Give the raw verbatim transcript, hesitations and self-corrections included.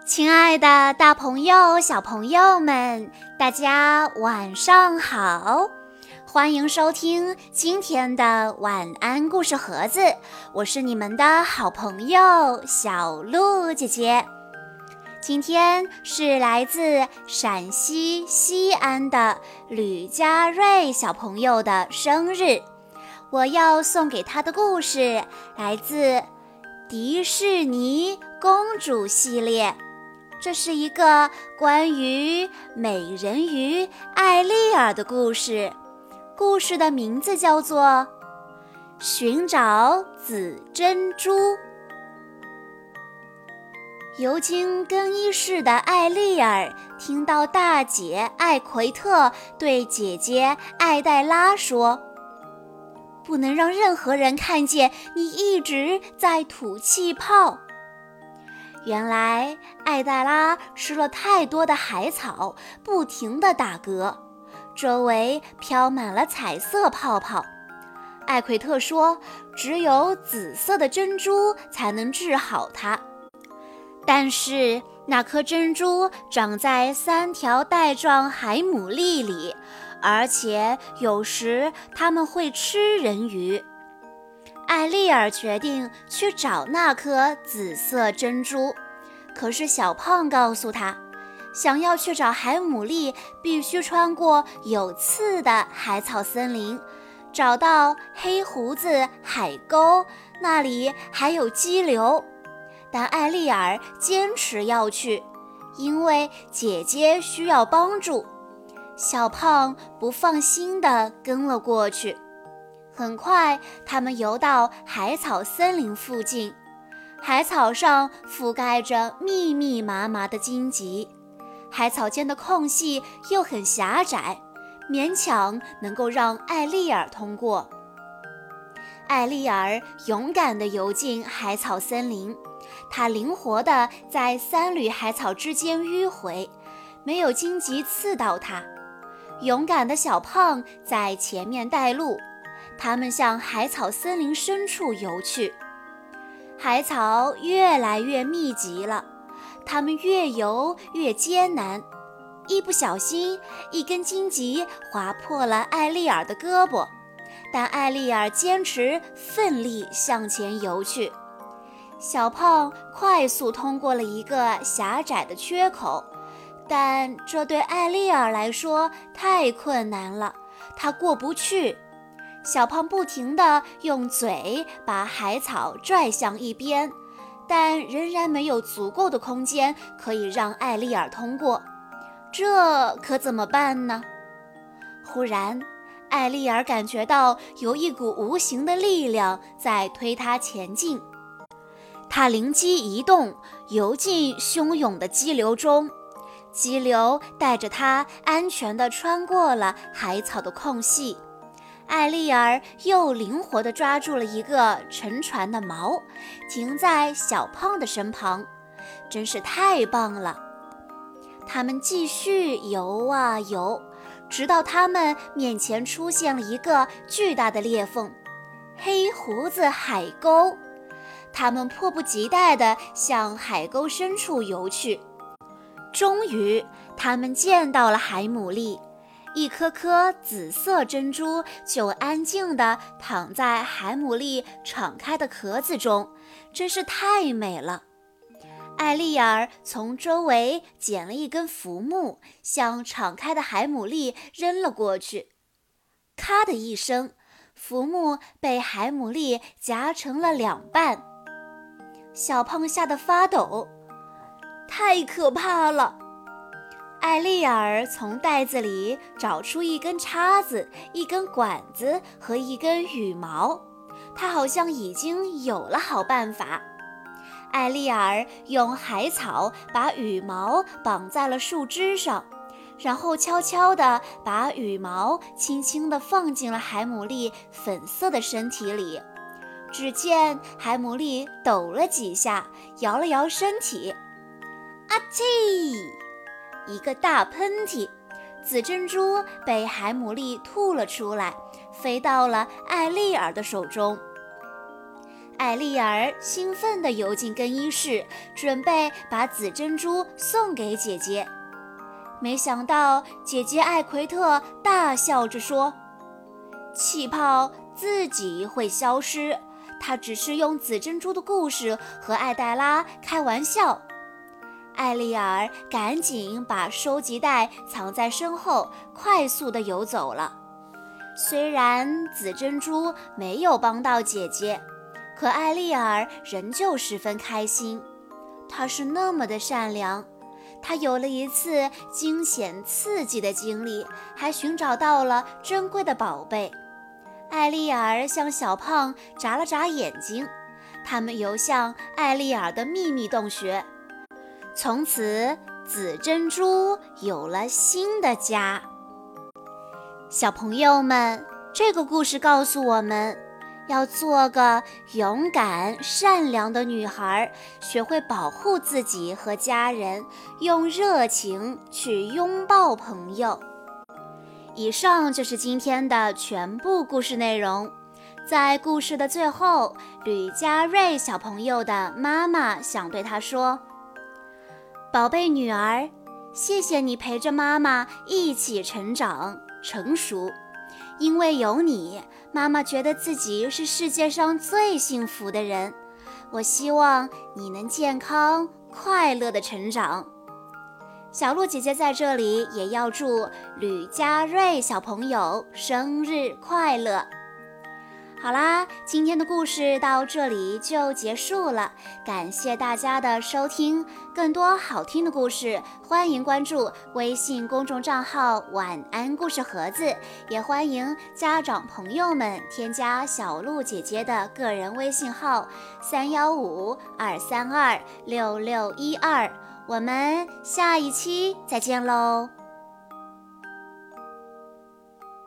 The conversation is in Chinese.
亲爱的大朋友、小朋友们，大家晚上好！欢迎收听今天的晚安故事盒子，我是你们的好朋友小鹿姐姐。今天是来自陕西西安的吕佳瑞小朋友的生日，我要送给他的故事来自迪士尼公主系列。这是一个关于美人鱼艾丽儿的故事，故事的名字叫做《寻找紫珍珠》。尤金更衣室的艾丽儿听到大姐艾奎特对姐姐艾黛拉说：“不能让任何人看见你一直在吐气泡。”原来艾黛拉吃了太多的海草，不停地打嗝，周围飘满了彩色泡泡。艾奎特说，只有紫色的珍珠才能治好它。但是那颗珍珠长在三条带状海牡蛎里，而且有时它们会吃人鱼。艾丽儿决定去找那颗紫色珍珠，可是小胖告诉她，想要去找海牡蛎，必须穿过有刺的海草森林，找到黑胡子海沟，那里还有激流。但艾丽儿坚持要去，因为姐姐需要帮助。小胖不放心地跟了过去。很快，他们游到海草森林附近，海草上覆盖着密密麻麻的荆棘，海草间的空隙又很狭窄，勉强能够让艾丽儿通过。艾丽儿勇敢地游进海草森林，她灵活地在三缕海草之间迂回，没有荆棘刺到她。勇敢的小胖在前面带路，他们向海草森林深处游去。海草越来越密集了，他们越游越艰难。一不小心，一根荆棘划破了艾丽儿的胳膊，但艾丽儿坚持奋力向前游去。小胖快速通过了一个狭窄的缺口，但这对艾丽儿来说太困难了，她过不去。小胖不停地用嘴把海草拽向一边，但仍然没有足够的空间可以让艾丽儿通过。这可怎么办呢？忽然，艾丽儿感觉到有一股无形的力量在推她前进。她灵机一动，游进汹涌的激流中，激流带着她安全地穿过了海草的空隙。艾丽儿又灵活地抓住了一个沉船的锚，停在小胖的身旁，真是太棒了。他们继续游啊游，直到他们面前出现了一个巨大的裂缝——黑胡子海沟。他们迫不及待地向海沟深处游去。终于，他们见到了海牡蛎。一颗颗紫色珍珠就安静地躺在海牡蛎敞开的壳子中，真是太美了。艾丽儿从周围捡了一根浮木，向敞开的海牡蛎扔了过去。咔的一声，浮木被海牡蛎夹成了两半。小胖吓得发抖，太可怕了。艾丽儿从袋子里找出一根叉子、一根管子和一根羽毛，她好像已经有了好办法。艾丽儿用海草把羽毛绑在了树枝上，然后悄悄地把羽毛轻轻地放进了海牡蛎粉色的身体里。只见海牡蛎抖了几下，摇了摇身体，啊嚏！一个大喷嚏，紫珍珠被海牡蛎吐了出来，飞到了艾丽儿的手中。 艾丽儿兴奋地游进更衣室，准备把紫珍珠送给姐姐。没想到姐姐艾奎特大笑着说：“气泡自己会消失，她只是用紫珍珠的故事和艾黛拉开玩笑。”艾丽儿赶紧把收集袋藏在身后，快速地游走了。虽然紫珍珠没有帮到姐姐，可艾丽儿仍旧十分开心。她是那么的善良，她有了一次惊险刺激的经历，还寻找到了珍贵的宝贝。艾丽儿向小胖眨了眨眼睛，他们游向艾丽儿的秘密洞穴。从此，紫珍珠有了新的家。小朋友们，这个故事告诉我们，要做个勇敢、善良的女孩，学会保护自己和家人，用热情去拥抱朋友。以上就是今天的全部故事内容。在故事的最后，吕嘉瑞小朋友的妈妈想对他说：“宝贝女儿，谢谢你陪着妈妈一起成长、成熟。因为有你，妈妈觉得自己是世界上最幸福的人。我希望你能健康、快乐地成长。”小鹿姐姐在这里也要祝吕嘉瑞小朋友生日快乐。好啦，今天的故事到这里就结束了，感谢大家的收听。更多好听的故事，欢迎关注微信公众账号晚安故事盒子，也欢迎家长朋友们添加小鹿姐姐的个人微信号三一五二三二六六一二。我们下一期再见喽。